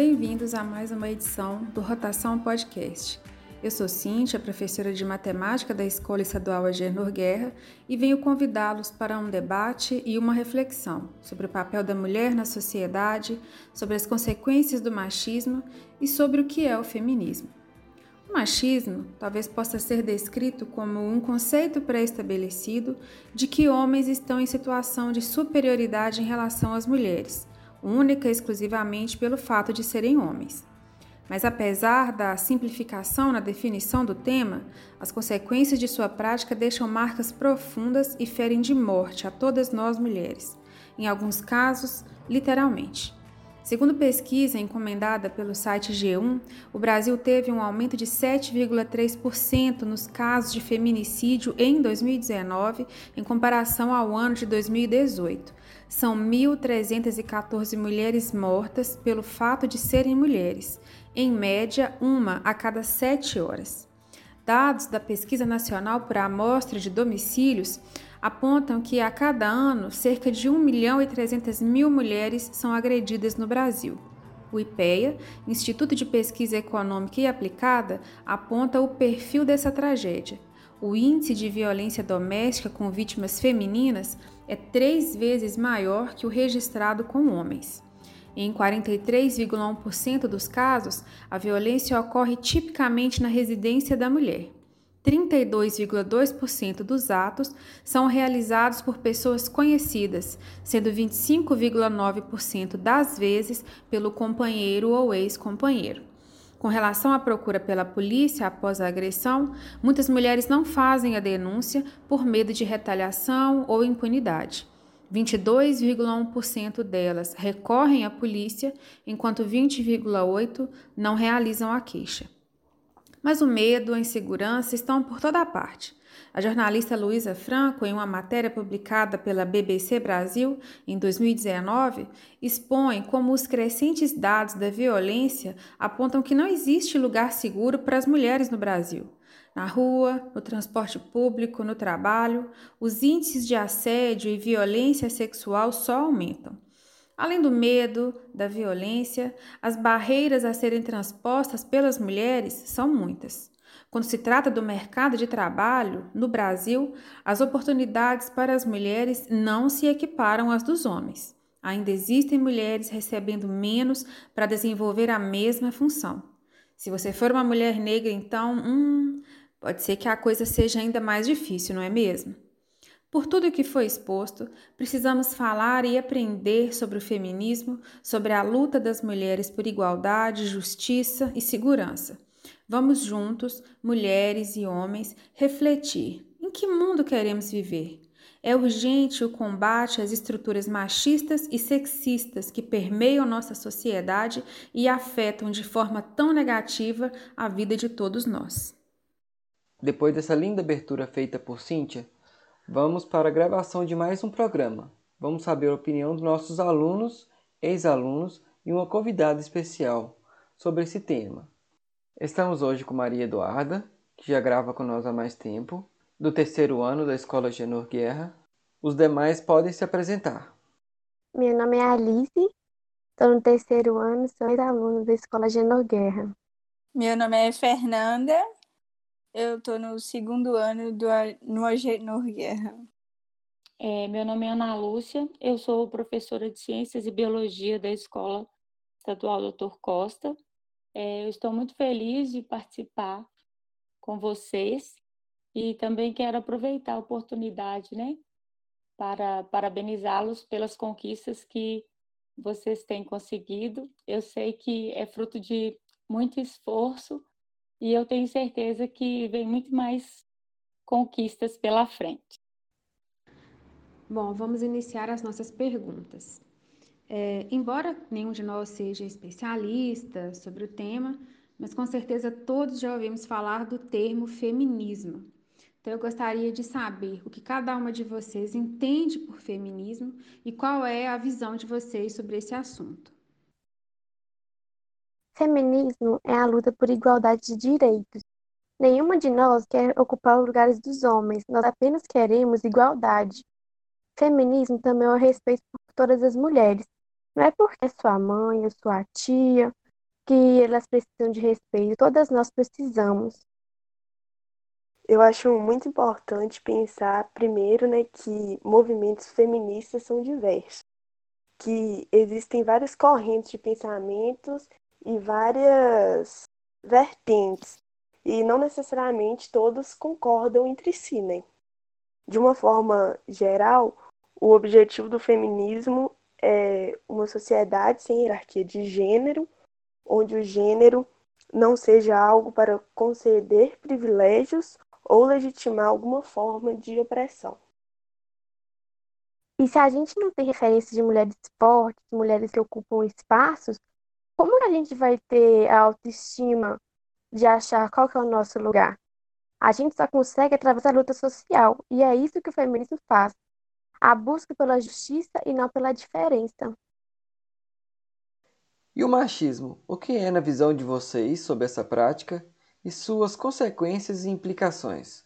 Bem-vindos a mais uma edição do Rotação Podcast. Eu sou Cíntia, professora de Matemática da Escola Estadual Agenor Guerra, e venho convidá-los para um debate e uma reflexão sobre o papel da mulher na sociedade, sobre as consequências do machismo e sobre o que é o feminismo. O machismo talvez possa ser descrito como um conceito pré-estabelecido de que homens estão em situação de superioridade em relação às mulheres, única e exclusivamente pelo fato de serem homens. Mas apesar da simplificação na definição do tema, as consequências de sua prática deixam marcas profundas e ferem de morte a todas nós mulheres, em alguns casos, literalmente. Segundo pesquisa encomendada pelo site G1, o Brasil teve um aumento de 7,3% nos casos de feminicídio em 2019, em comparação ao ano de 2018. São 1.314 mulheres mortas pelo fato de serem mulheres, em média, uma a cada 7 horas. Dados da Pesquisa Nacional por Amostra de Domicílios apontam que a cada ano cerca de 1.300.000 mulheres são agredidas no Brasil. O IPEA, Instituto de Pesquisa Econômica e Aplicada, aponta o perfil dessa tragédia. O índice de violência doméstica com vítimas femininas é 3 vezes maior que o registrado com homens. Em 43,1% dos casos, a violência ocorre tipicamente na residência da mulher. 32,2% dos atos são realizados por pessoas conhecidas, sendo 25,9% das vezes pelo companheiro ou ex-companheiro. Com relação à procura pela polícia após a agressão, muitas mulheres não fazem a denúncia por medo de retaliação ou impunidade. 22,1% delas recorrem à polícia, enquanto 20,8% não realizam a queixa. Mas o medo, a insegurança estão por toda parte. A jornalista Luísa Franco, em uma matéria publicada pela BBC Brasil em 2019, expõe como os crescentes dados da violência apontam que não existe lugar seguro para as mulheres no Brasil. Na rua, no transporte público, no trabalho, os índices de assédio e violência sexual só aumentam. Além do medo, da violência, as barreiras a serem transpostas pelas mulheres são muitas. Quando se trata do mercado de trabalho, no Brasil, as oportunidades para as mulheres não se equiparam às dos homens. Ainda existem mulheres recebendo menos para desenvolver a mesma função. Se você for uma mulher negra, então, pode ser que a coisa seja ainda mais difícil, não é mesmo? Por tudo o que foi exposto, precisamos falar e aprender sobre o feminismo, sobre a luta das mulheres por igualdade, justiça e segurança. Vamos juntos, mulheres e homens, refletir em que mundo queremos viver. É urgente o combate às estruturas machistas e sexistas que permeiam nossa sociedade e afetam de forma tão negativa a vida de todos nós. Depois dessa linda abertura feita por Cíntia, vamos para a gravação de mais um programa. Vamos saber a opinião dos nossos alunos, ex-alunos e uma convidada especial sobre esse tema. Estamos hoje com Maria Eduarda, que já grava com nós há mais tempo, do 3º ano da Escola Agenor Guerra. Os demais podem se apresentar. Meu nome é Alice, estou no 3º ano, sou ex-aluna da Escola Agenor Guerra. Meu nome é Fernanda, eu estou no 2º ano no Agenor Guerra. Meu nome é Ana Lúcia, eu sou professora de Ciências e Biologia da Escola Estadual Dr. Costa. Eu estou muito feliz de participar com vocês e também quero aproveitar a oportunidade, para parabenizá-los pelas conquistas que vocês têm conseguido. Eu sei que é fruto de muito esforço e eu tenho certeza que vem muito mais conquistas pela frente. Bom, vamos iniciar as nossas perguntas. Embora nenhum de nós seja especialista sobre o tema, mas com certeza todos já ouvimos falar do termo feminismo. Então eu gostaria de saber o que cada uma de vocês entende por feminismo e qual é a visão de vocês sobre esse assunto. Feminismo é a luta por igualdade de direitos. Nenhuma de nós quer ocupar os lugares dos homens, nós apenas queremos igualdade. Feminismo também é o respeito por todas as mulheres. Não é porque é sua mãe, é sua tia, que elas precisam de respeito, todas nós precisamos. Eu acho muito importante pensar, primeiro, né, que movimentos feministas são diversos, que existem várias correntes de pensamentos e várias vertentes, e não necessariamente todos concordam entre si, né? De uma forma geral, o objetivo do feminismo é uma sociedade sem hierarquia de gênero, onde o gênero não seja algo para conceder privilégios ou legitimar alguma forma de opressão. E se a gente não tem referência de mulheres fortes, mulheres que ocupam espaços, como que a gente vai ter a autoestima de achar qual que é o nosso lugar? A gente só consegue através da luta social, e é isso que o feminismo faz. A busca pela justiça e não pela diferença. E o machismo? O que é na visão de vocês sobre essa prática e suas consequências e implicações?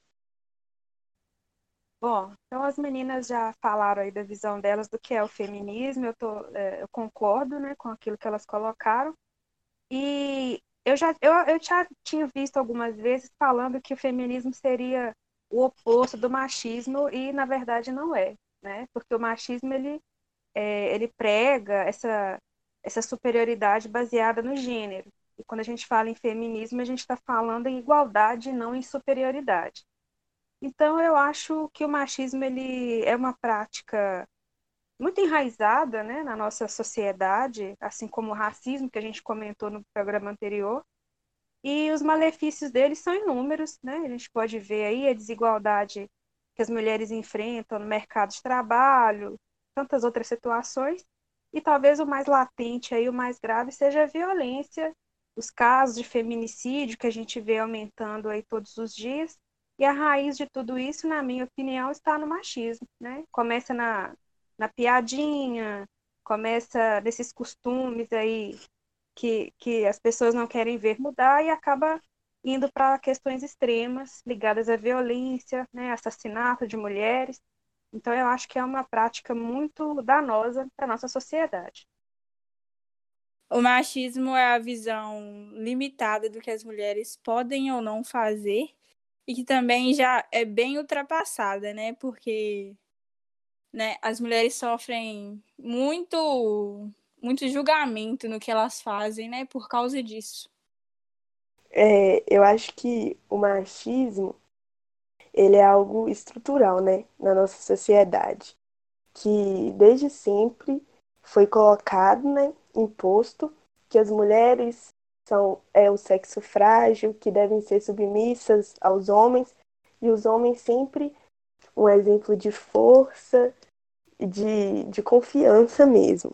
Bom, então as meninas já falaram aí da visão delas do que é o feminismo, eu concordo, né, com aquilo que elas colocaram. E eu já tinha visto algumas vezes falando que o feminismo seria o oposto do machismo e na verdade não é, né? Porque o machismo ele prega essa superioridade baseada no gênero. E quando a gente fala em feminismo, a gente está falando em igualdade e não em superioridade. Então eu acho que o machismo ele é uma prática muito enraizada, né, na nossa sociedade, assim como o racismo que a gente comentou no programa anterior. E os malefícios deles são inúmeros, né? A gente pode ver aí a desigualdade que as mulheres enfrentam no mercado de trabalho, tantas outras situações. E talvez o mais latente aí, o mais grave, seja a violência, os casos de feminicídio que a gente vê aumentando aí todos os dias. E a raiz de tudo isso, na minha opinião, está no machismo, né? Começa na piadinha, começa nesses costumes aí que as pessoas não querem ver mudar e acaba indo para questões extremas ligadas à violência, né, assassinato de mulheres. Então, eu acho que é uma prática muito danosa para a nossa sociedade. O machismo é a visão limitada do que as mulheres podem ou não fazer e que também já é bem ultrapassada, né? Porque, né, as mulheres sofrem muito julgamento no que elas fazem, né, por causa disso. Eu acho que o machismo, ele é algo estrutural, né, na nossa sociedade, que desde sempre foi colocado, né, imposto que as mulheres são o sexo frágil, que devem ser submissas aos homens, e os homens sempre um exemplo de força e de confiança mesmo.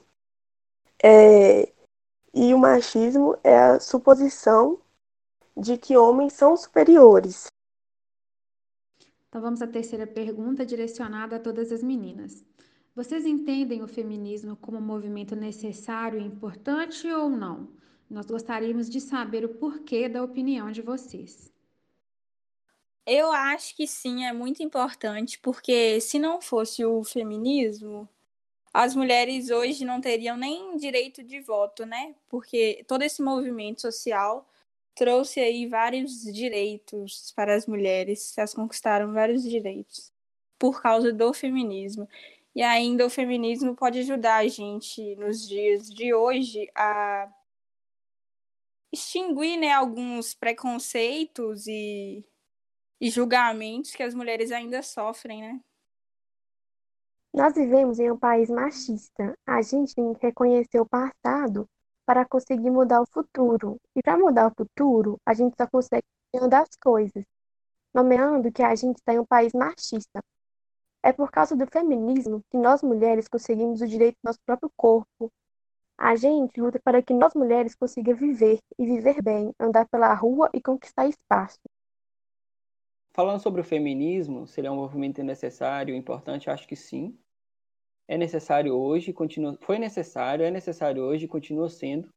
E o machismo é a suposição de que homens são superiores. Então vamos à terceira pergunta, direcionada a todas as meninas. Vocês entendem o feminismo como um movimento necessário e importante ou não? Nós gostaríamos de saber o porquê da opinião de vocês. Eu acho que sim, é muito importante, porque se não fosse o feminismo, as mulheres hoje não teriam nem direito de voto, né? Porque todo esse movimento social trouxe aí vários direitos para as mulheres, elas conquistaram vários direitos por causa do feminismo. E ainda o feminismo pode ajudar a gente nos dias de hoje a extinguir, né, alguns preconceitos e julgamentos que as mulheres ainda sofrem, né? Nós vivemos em um país machista. A gente tem que reconhecer o passado para conseguir mudar o futuro. E para mudar o futuro, a gente só consegue mudar as coisas, nomeando que a gente está em um país machista. É por causa do feminismo que nós mulheres conseguimos o direito do nosso próprio corpo. A gente luta para que nós mulheres consigamos viver e viver bem, andar pela rua e conquistar espaço. Falando sobre o feminismo, se ele é um movimento necessário e importante, acho que sim. É necessário hoje, foi necessário, é necessário hoje e continua sendo.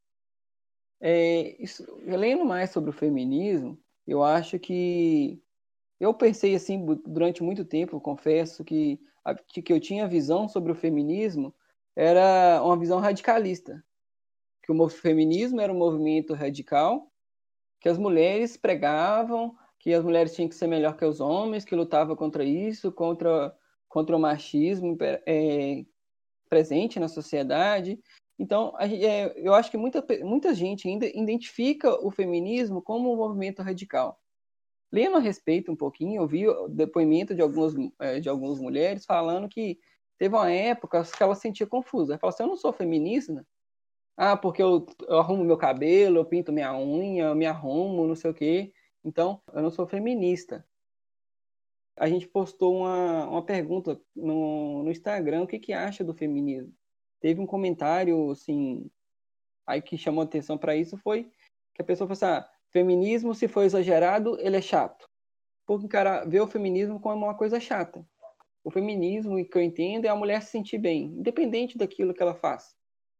Lendo mais sobre o feminismo, eu acho que eu pensei assim durante muito tempo, confesso que eu tinha visão sobre o feminismo era uma visão radicalista, que o feminismo era um movimento radical, que as mulheres pregavam que as mulheres tinham que ser melhor que os homens, que lutava contra isso, contra o machismo presente na sociedade. Então, eu acho que muita gente ainda identifica o feminismo como um movimento radical. Lendo a respeito um pouquinho, eu vi o depoimento de algumas mulheres falando que teve uma época que ela se sentia confusa. Ela falou assim, eu não sou feminista, porque eu arrumo meu cabelo, eu pinto minha unha, eu me arrumo, não sei o quê. Então, eu não sou feminista. A gente postou uma pergunta no Instagram, o que acha do feminismo? Teve um comentário, assim, aí que chamou atenção para isso, foi que a pessoa falou assim, feminismo, se for exagerado, ele é chato. Porque o cara vê o feminismo como uma coisa chata. O feminismo, que eu entendo, é a mulher se sentir bem, independente daquilo que ela faz.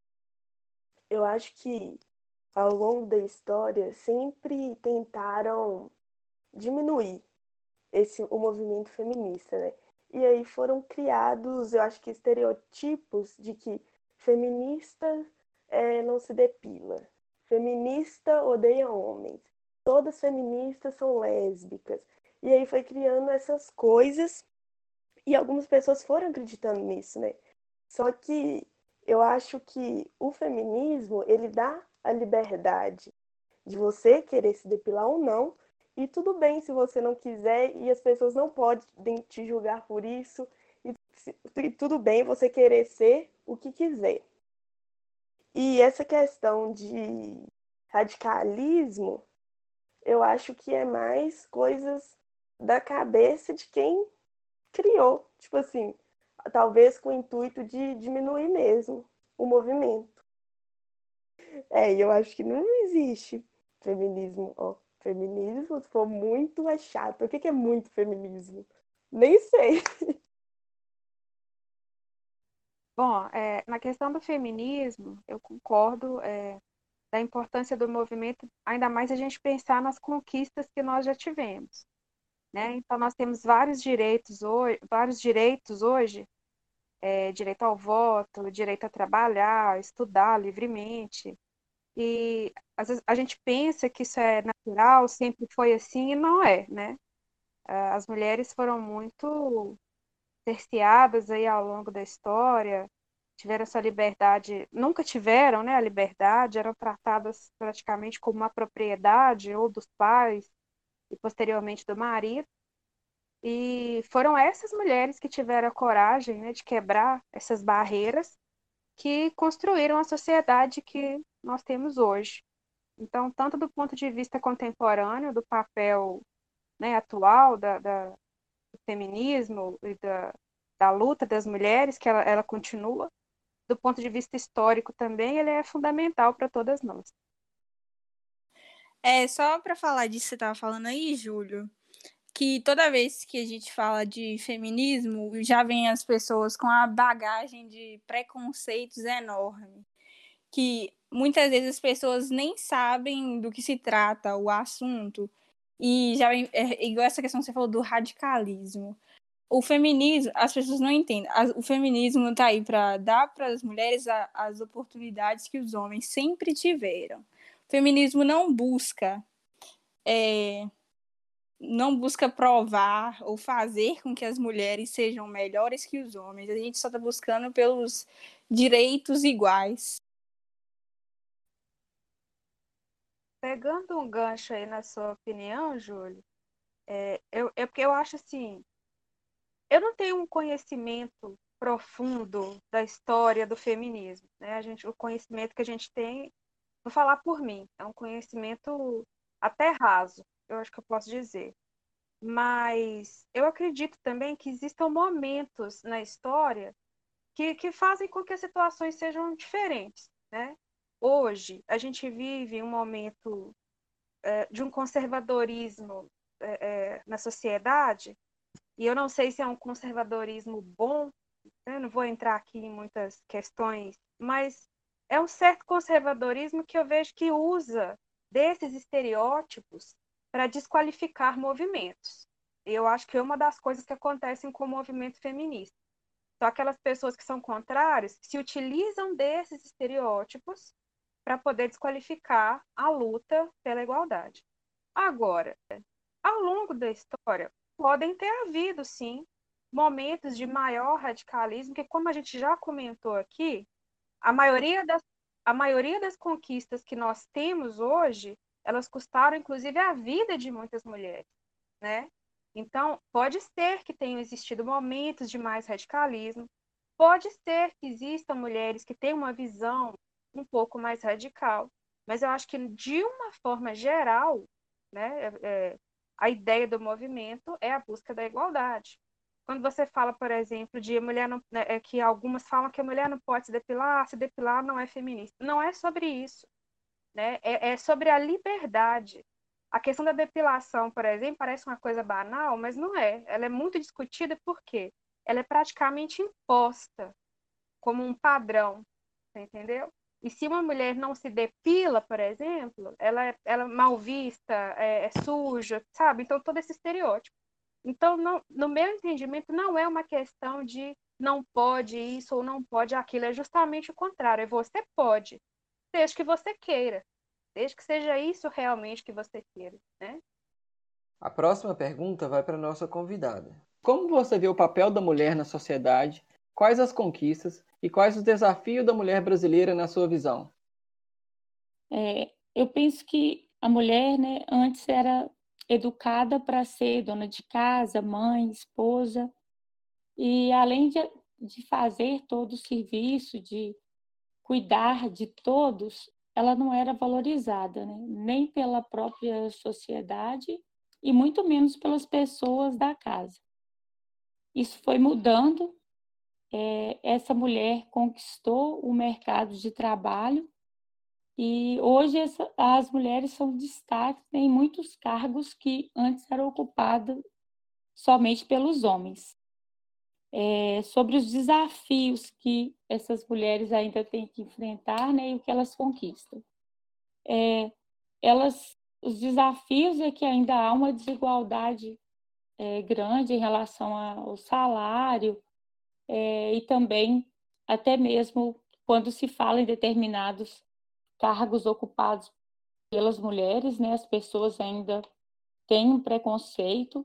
Eu acho que ao longo da história sempre tentaram diminuir o movimento feminista, né? E aí foram criados, eu acho que estereotipos de que feminista não se depila, feminista odeia homens, todas feministas são lésbicas. E aí foi criando essas coisas e algumas pessoas foram acreditando nisso, né? Só que eu acho que o feminismo, ele dá a liberdade de você querer se depilar ou não, e tudo bem se você não quiser, e as pessoas não podem te julgar por isso, e tudo bem você querer ser o que quiser. E essa questão de radicalismo, eu acho que é mais coisas da cabeça de quem criou, tipo assim, talvez com o intuito de diminuir mesmo o movimento. E eu acho que não existe feminismo, ó. Feminismo, se for muito, é chato. O que é muito feminismo? Nem sei. Bom, na questão do feminismo, eu concordo, da importância do movimento, ainda mais a gente pensar nas conquistas que nós já tivemos, né? Então, nós temos vários direitos hoje, direito ao voto, direito a trabalhar, estudar livremente, e às vezes a gente pensa que isso é natural, sempre foi assim, e não é, né? As mulheres foram muito cerceadas aí ao longo da história, tiveram essa liberdade, nunca tiveram, né, a liberdade, eram tratadas praticamente como uma propriedade ou dos pais e posteriormente do marido. E foram essas mulheres que tiveram a coragem, né, de quebrar essas barreiras que construíram a sociedade que nós temos hoje. Então, tanto do ponto de vista contemporâneo, do papel, né, atual do feminismo e da luta das mulheres, que ela continua, do ponto de vista histórico também, ele é fundamental para todas nós. Só para falar disso que você estava falando aí, Júlio, que toda vez que a gente fala de feminismo, já vem as pessoas com a bagagem de preconceitos enorme, que muitas vezes as pessoas nem sabem do que se trata o assunto, e já vem, igual essa questão que você falou do radicalismo. O feminismo, as pessoas não entendem. O feminismo está aí para dar para as mulheres as oportunidades que os homens sempre tiveram. O feminismo não busca provar ou fazer com que as mulheres sejam melhores que os homens. A gente só está buscando pelos direitos iguais. Pegando um gancho aí na sua opinião, Júlio, porque eu acho assim, eu não tenho um conhecimento profundo da história do feminismo, né? O conhecimento que a gente tem, vou falar por mim, é um conhecimento até raso, eu acho que eu posso dizer. Mas eu acredito também que existam momentos na história que fazem com que as situações sejam diferentes, né? Hoje, a gente vive um momento de um conservadorismo na sociedade, e eu não sei se é um conservadorismo bom, né? Não vou entrar aqui em muitas questões, mas é um certo conservadorismo que eu vejo que usa desses estereótipos para desqualificar movimentos. Eu acho que é uma das coisas que acontecem com o movimento feminista. São aquelas pessoas que são contrárias, se utilizam desses estereótipos para poder desqualificar a luta pela igualdade. Agora, ao longo da história, podem ter havido, sim, momentos de maior radicalismo, que, como a gente já comentou aqui, a maioria das conquistas que nós temos hoje, elas custaram, inclusive, a vida de muitas mulheres, né? Então, pode ser que tenham existido momentos de mais radicalismo, pode ser que existam mulheres que tenham uma visão um pouco mais radical, mas eu acho que, de uma forma geral, né, a ideia do movimento é a busca da igualdade. Quando você fala, por exemplo, de mulher não, né, que algumas falam que a mulher não pode se depilar não é feminista. Não é sobre isso, né? É sobre a liberdade. A questão da depilação, por exemplo, parece uma coisa banal, mas não é. Ela é muito discutida porque ela é praticamente imposta como um padrão, você entendeu? E se uma mulher não se depila, por exemplo, ela é mal vista, é suja, sabe? Então, todo esse estereótipo. Então, não, no meu entendimento, não é uma questão de não pode isso ou não pode aquilo, é justamente o contrário, é você pode, desde que você queira, desde que seja isso realmente que você queira, né? A próxima pergunta vai para a nossa convidada. Como você vê o papel da mulher na sociedade? Quais as conquistas e quais os desafios da mulher brasileira na sua visão? Eu penso que a mulher, né, antes era educada para ser dona de casa, mãe, esposa, e além de fazer todo o serviço, de cuidar de todos, ela não era valorizada, né? Nem pela própria sociedade e muito menos pelas pessoas da casa. Isso foi mudando. Essa mulher conquistou o mercado de trabalho e hoje as mulheres são destaque em muitos cargos que antes eram ocupados somente pelos homens. Sobre os desafios que essas mulheres ainda têm que enfrentar, né, e o que elas conquistam. Os desafios é que ainda há uma desigualdade grande em relação ao salário, e também até mesmo quando se fala em determinados cargos ocupados pelas mulheres, né, as pessoas ainda têm um preconceito.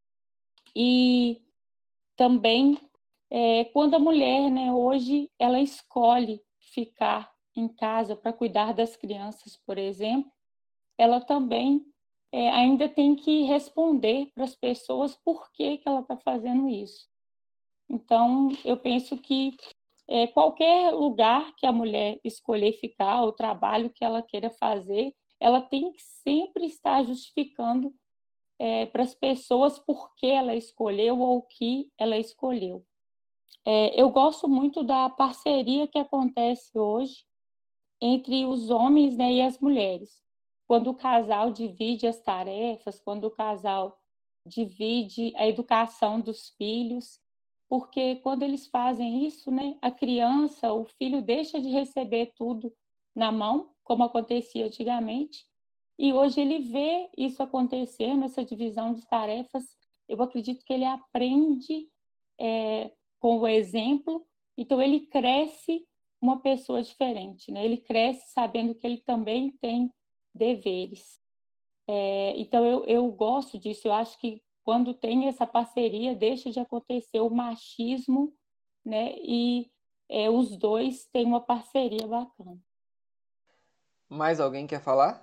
E também quando a mulher, né, hoje ela escolhe ficar em casa para cuidar das crianças, por exemplo, ela também ainda tem que responder para as pessoas por que ela está fazendo isso. Então, eu penso que qualquer lugar que a mulher escolher ficar, o trabalho que ela queira fazer, ela tem que sempre estar justificando para as pessoas por que ela escolheu ou o que ela escolheu. Eu gosto muito da parceria que acontece hoje entre os homens, né, e as mulheres. Quando o casal divide as tarefas, quando o casal divide a educação dos filhos, porque quando eles fazem isso, né, a criança, o filho deixa de receber tudo na mão, como acontecia antigamente, e hoje ele vê isso acontecer nessa divisão de tarefas. Eu acredito que ele aprende com o exemplo, então ele cresce uma pessoa diferente, né? Ele cresce sabendo que ele também tem deveres. Então eu gosto disso, eu acho que quando tem essa parceria, deixa de acontecer o machismo, né? E os dois têm uma parceria bacana. Mais alguém quer falar?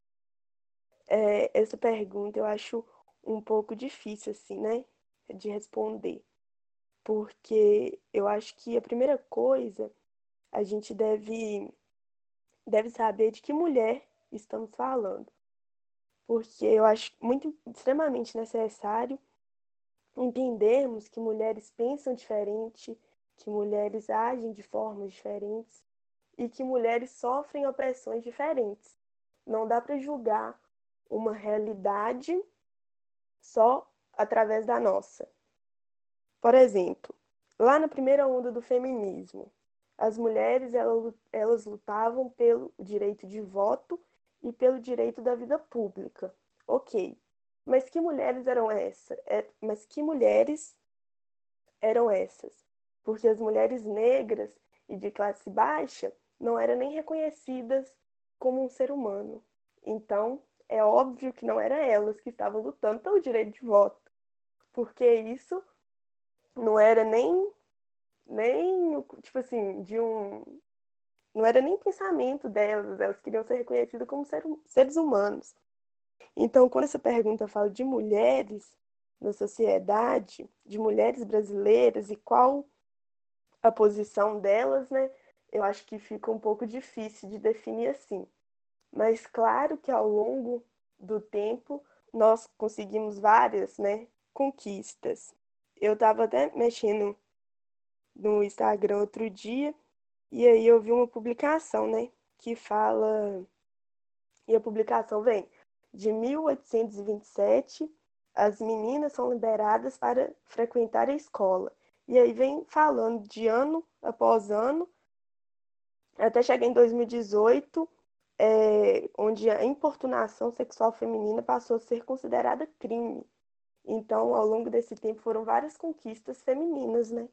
Essa pergunta eu acho um pouco difícil, assim, né, de responder, porque eu acho que a primeira coisa a gente deve saber de que mulher estamos falando, porque eu acho muito extremamente necessário entendermos que mulheres pensam diferente, que mulheres agem de formas diferentes e que mulheres sofrem opressões diferentes. Não dá para julgar uma realidade só através da nossa. Por exemplo, lá na primeira onda do feminismo, as mulheres elas lutavam pelo direito de voto e pelo direito da vida pública. Ok. Mas que mulheres eram essas? Mas que mulheres eram essas? Porque as mulheres negras e de classe baixa não eram nem reconhecidas como um ser humano. Então, é óbvio que não eram elas que estavam lutando pelo direito de voto, porque isso não era nem tipo assim, não era nem pensamento delas, elas queriam ser reconhecidas como seres humanos. Então, quando essa pergunta fala de mulheres na sociedade, de mulheres brasileiras e qual a posição delas, né? Eu acho que fica um pouco difícil de definir assim. Mas claro que ao longo do tempo nós conseguimos várias, né, conquistas. Eu estava até mexendo no Instagram outro dia e aí eu vi uma publicação, né, que fala, e a publicação vem de 1827, as meninas são liberadas para frequentar a escola. E aí vem falando de ano após ano, até chegar em 2018, onde a importunação sexual feminina passou a ser considerada crime. Então, ao longo desse tempo, foram várias conquistas femininas, né?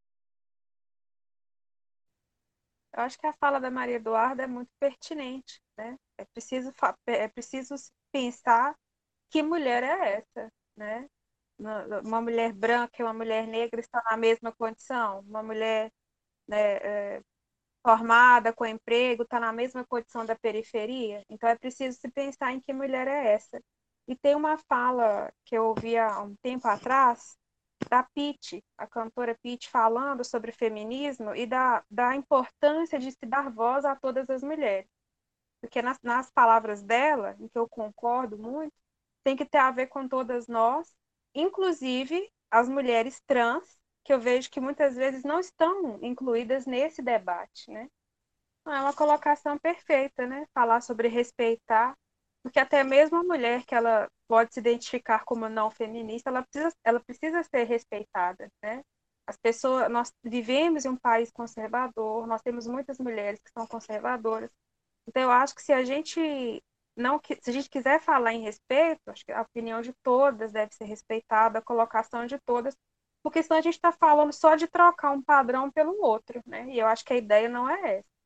Eu acho que a fala da Maria Eduarda é muito pertinente, né? É preciso pensar que mulher é essa, né? Uma mulher branca e uma mulher negra estão na mesma condição, uma mulher, né, formada, com emprego, está na mesma condição da periferia. Então é preciso se pensar em que mulher é essa. E tem uma fala que eu ouvi há um tempo atrás, da Pitty, a cantora Pitty, falando sobre feminismo e da importância de se dar voz a todas as mulheres. Porque nas palavras dela, em que eu concordo muito, tem que ter a ver com todas nós, inclusive as mulheres trans, que eu vejo que muitas vezes não estão incluídas nesse debate, né? É uma colocação perfeita, né? Falar sobre respeitar, porque até mesmo a mulher que ela pode se identificar como não feminista, ela precisa ser respeitada, né? As pessoas, nós vivemos em um país conservador, nós temos muitas mulheres que são conservadoras. Então eu acho que se a gente não, se a gente quiser falar em respeito, acho que a opinião de todas deve ser respeitada, a colocação de todas, porque senão a gente está falando só de trocar um padrão pelo outro, né? E eu acho que a ideia não é essa.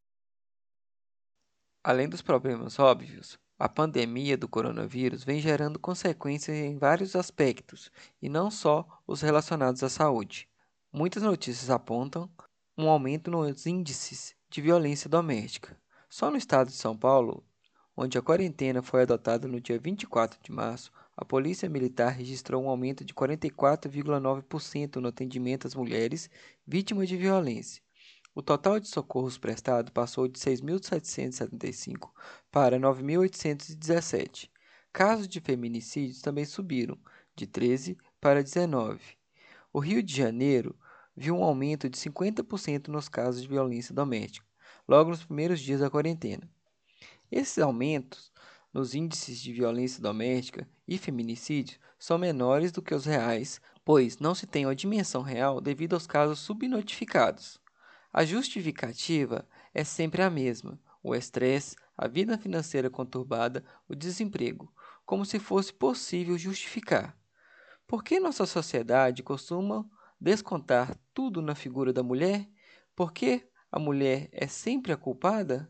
Além dos problemas óbvios, a pandemia do coronavírus vem gerando consequências em vários aspectos, e não só os relacionados à saúde. Muitas notícias apontam um aumento nos índices de violência doméstica. Só no estado de São Paulo, onde a quarentena foi adotada no dia 24 de março, a Polícia Militar registrou um aumento de 44,9% no atendimento às mulheres vítimas de violência. O total de socorros prestados passou de 6.775 para 9.817. Casos de feminicídios também subiram, de 13 para 19. O Rio de Janeiro viu um aumento de 50% nos casos de violência doméstica, logo nos primeiros dias da quarentena. Esses aumentos nos índices de violência doméstica e feminicídio são menores do que os reais, pois não se tem a dimensão real devido aos casos subnotificados. A justificativa é sempre a mesma: o estresse, a vida financeira conturbada, o desemprego, como se fosse possível justificar. Por que nossa sociedade costuma descontar tudo na figura da mulher? Por que a mulher é sempre a culpada?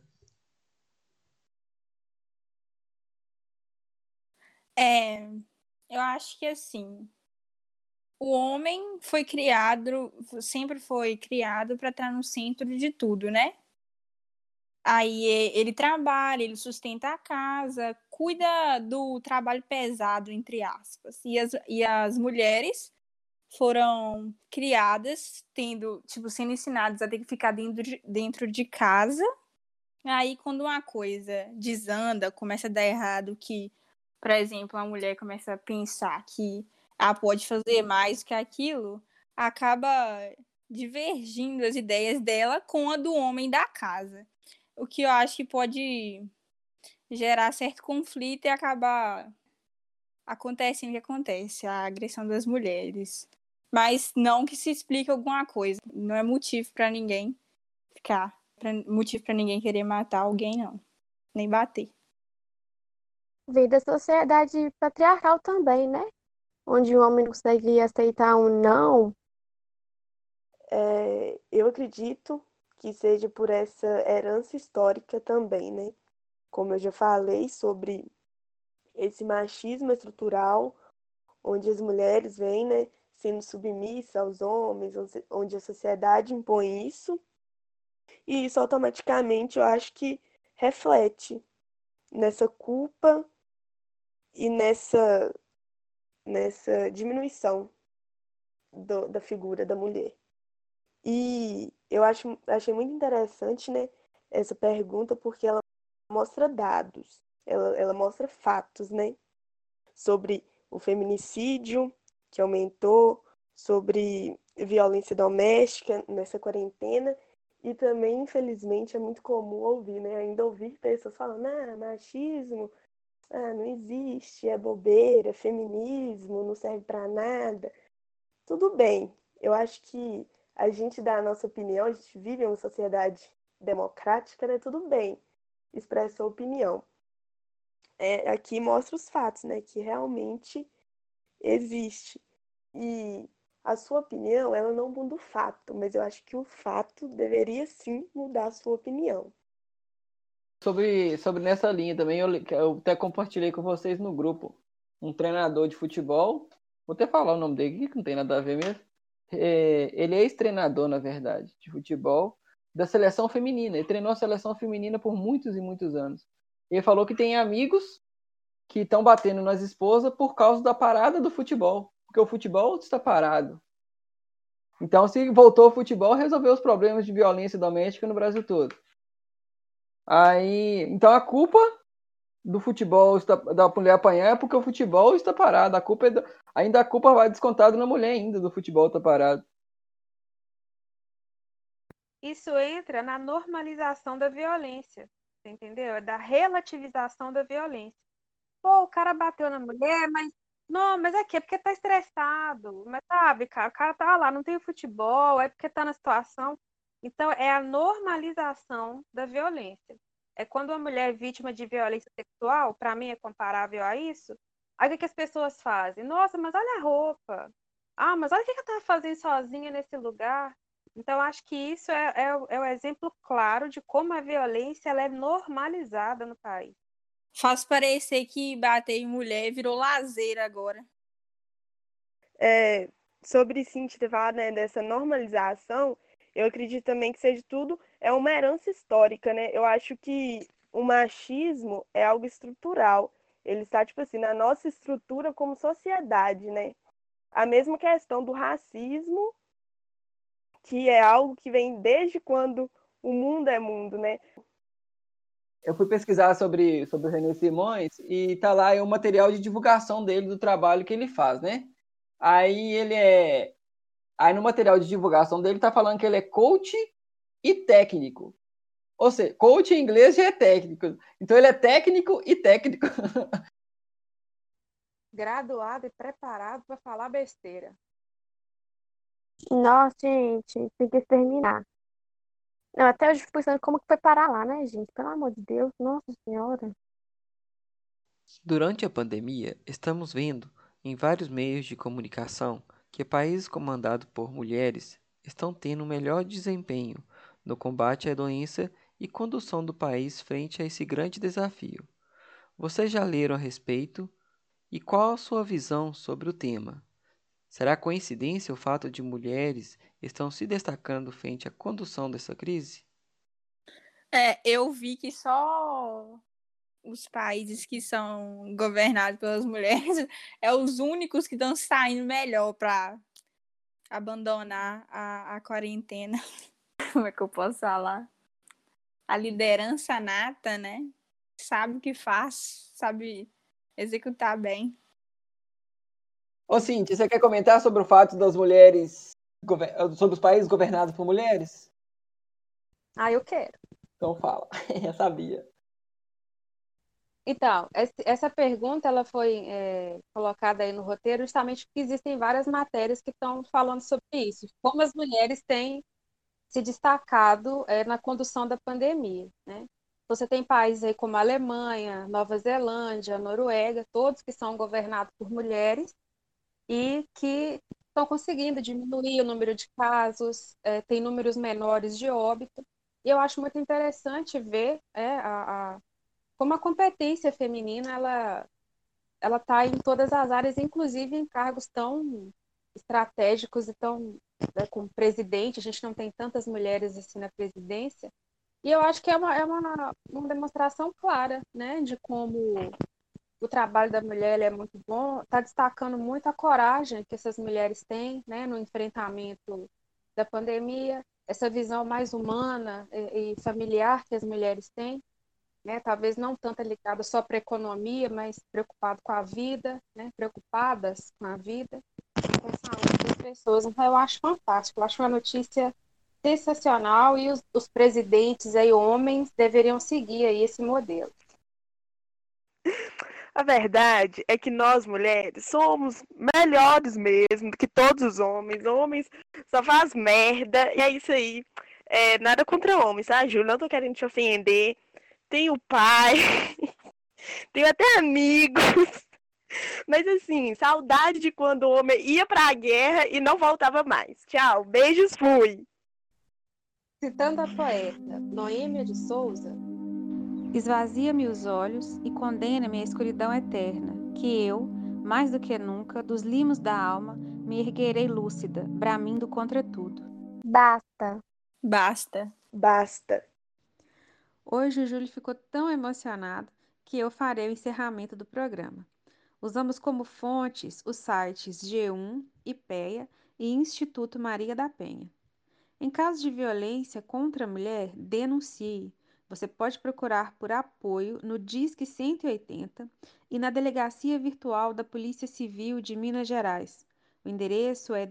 É, eu acho que assim, o homem sempre foi criado para estar no centro de tudo, né? Aí ele trabalha, ele sustenta a casa, cuida do trabalho pesado, entre aspas. E as mulheres foram criadas sendo ensinadas a ter que ficar dentro de casa. Aí, quando uma coisa desanda, começa a dar errado, que, por exemplo, a mulher começa a pensar que pode fazer mais que aquilo, acaba divergindo as ideias dela com a do homem da casa. O que eu acho que pode gerar certo conflito e acabar acontecendo o que acontece, a agressão das mulheres. Mas não que se explique alguma coisa. Não é motivo para ninguém motivo para ninguém querer matar alguém, não. Nem bater. Veio da sociedade patriarcal também, né? Onde o homem não consegue aceitar um não. Eu acredito que seja por essa herança histórica também, né? como eu já falei, sobre esse machismo estrutural, onde as mulheres vêm, né, sendo submissas aos homens, onde a sociedade impõe isso, e isso automaticamente eu acho que reflete nessa culpa e nessa diminuição da figura da mulher. E achei muito interessante, né, essa pergunta, porque ela mostra dados, ela mostra fatos, né, sobre o feminicídio que aumentou, sobre violência doméstica nessa quarentena, e também, infelizmente, é muito comum ouvir, né, ainda ouvir pessoas falando, machismo, não existe, é bobeira, feminismo, não serve para nada. Tudo bem, eu acho que a gente dá a nossa opinião, a gente vive em uma sociedade democrática, né? Tudo bem, expressa a opinião. Aqui mostra os fatos, né? Que realmente existe. E a sua opinião, ela não muda o fato, mas eu acho que o fato deveria sim mudar a sua opinião. Sobre nessa linha também, eu até compartilhei com vocês no grupo um treinador de futebol, vou até falar o nome dele, que não tem nada a ver mesmo. Ele é ex-treinador, na verdade, de futebol da seleção feminina. Ele treinou a seleção feminina por muitos e muitos anos. Ele falou que tem amigos que estão batendo nas esposas por causa da parada do futebol, porque o futebol está parado. Então, se voltou ao futebol, resolveu os problemas de violência doméstica no Brasil todo. Aí, então a culpa do futebol da mulher apanhar é porque o futebol está parado. Ainda a culpa vai descontada na mulher ainda do futebol estar parado. Isso entra na normalização da violência, entendeu? É da relativização da violência. Pô, o cara bateu na mulher, mas não, mas é que é porque tá estressado. Mas sabe, cara, o cara tá lá, não tem futebol, é porque tá na situação. Então, é a normalização da violência. É quando uma mulher é vítima de violência sexual, para mim é comparável a isso. Aí o que que as pessoas fazem? Nossa, mas olha a roupa. Ah, mas olha o que que eu tava fazendo sozinha nesse lugar. Então, acho que isso é o exemplo claro de como a violência ela é normalizada no país. Faz parecer que bater em mulher virou lazer agora. Sobre Cíntia falar, né, dessa normalização, eu acredito também que seja tudo uma herança histórica, né? Eu acho que o machismo é algo estrutural. Ele está, tipo assim, na nossa estrutura como sociedade, né? A mesma questão do racismo, que é algo que vem desde quando o mundo é mundo, né? Eu fui pesquisar sobre o René Simões e tá lá o material de divulgação dele, do trabalho que ele faz, né? Aí no material de divulgação dele tá falando que ele é coach e técnico. Ou seja, coach em inglês já é técnico. Então ele é técnico e técnico. Graduado e preparado para falar besteira. Nossa, gente, tem que exterminar. Não, até hoje eu fico pensando como que foi parar lá, né, gente? Pelo amor de Deus, nossa senhora. Durante a pandemia, estamos vendo em vários meios de comunicação que países comandados por mulheres estão tendo um melhor desempenho no combate à doença e condução do país frente a esse grande desafio. Vocês já leram a respeito? E qual a sua visão sobre o tema? Será coincidência o fato de mulheres estão se destacando frente à condução dessa crise? Eu vi que só os países que são governados pelas mulheres é os únicos que estão saindo melhor para abandonar a quarentena. Como é que eu posso falar? A liderança nata, né? Sabe o que faz, sabe executar bem. Ô, Cintia, você quer comentar sobre o fato das mulheres, sobre os países governados por mulheres? Ah, eu quero. Então fala, eu sabia. Então, essa pergunta ela foi colocada aí no roteiro justamente porque existem várias matérias que estão falando sobre isso, como as mulheres têm se destacado na condução da pandemia, né? Você tem países aí como a Alemanha, Nova Zelândia, Noruega, todos que são governados por mulheres e que estão conseguindo diminuir o número de casos, tem números menores de óbito. E eu acho muito interessante ver como a competência feminina, ela está em todas as áreas, inclusive em cargos tão estratégicos e tão, né, como presidente, a gente não tem tantas mulheres assim na presidência, e eu acho que é uma demonstração clara, né, de como o trabalho da mulher ele é muito bom, está destacando muito a coragem que essas mulheres têm, né, no enfrentamento da pandemia, essa visão mais humana e familiar que as mulheres têm, né, talvez não tanto ligada só para a economia, mas preocupado com a vida, né, preocupadas com a vida, com a saúde das pessoas. Então eu acho fantástico, eu acho uma notícia sensacional e os presidentes aí, homens, deveriam seguir aí esse modelo. A verdade é que nós, mulheres, somos melhores mesmo do que todos os homens. Homens só faz merda, e é isso aí. Nada contra homens, tá, Ju? Não tô querendo te ofender. Tenho pai, tenho até amigos. Mas assim, saudade de quando o homem ia pra guerra e não voltava mais. Tchau, beijos, fui. Citando a poeta Noêmia de Souza: esvazia-me os olhos e condena-me à escuridão eterna, que eu, mais do que nunca, dos limos da alma, me erguerei lúcida, bramindo contra tudo. Basta. Basta. Basta. Hoje o Júlio ficou tão emocionado que eu farei o encerramento do programa. Usamos como fontes os sites G1, IPEA e Instituto Maria da Penha. Em caso de violência contra a mulher, denuncie. Você pode procurar por apoio no Disque 180 e na Delegacia Virtual da Polícia Civil de Minas Gerais. O endereço é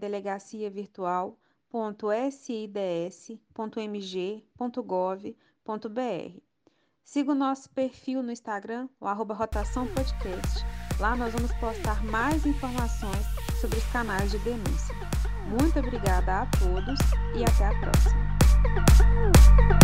delegaciavirtual.sids.mg.gov.br. Siga o nosso perfil no Instagram, o @Rotação Podcast. Lá nós vamos postar mais informações sobre os canais de denúncia. Muito obrigada a todos e até a próxima.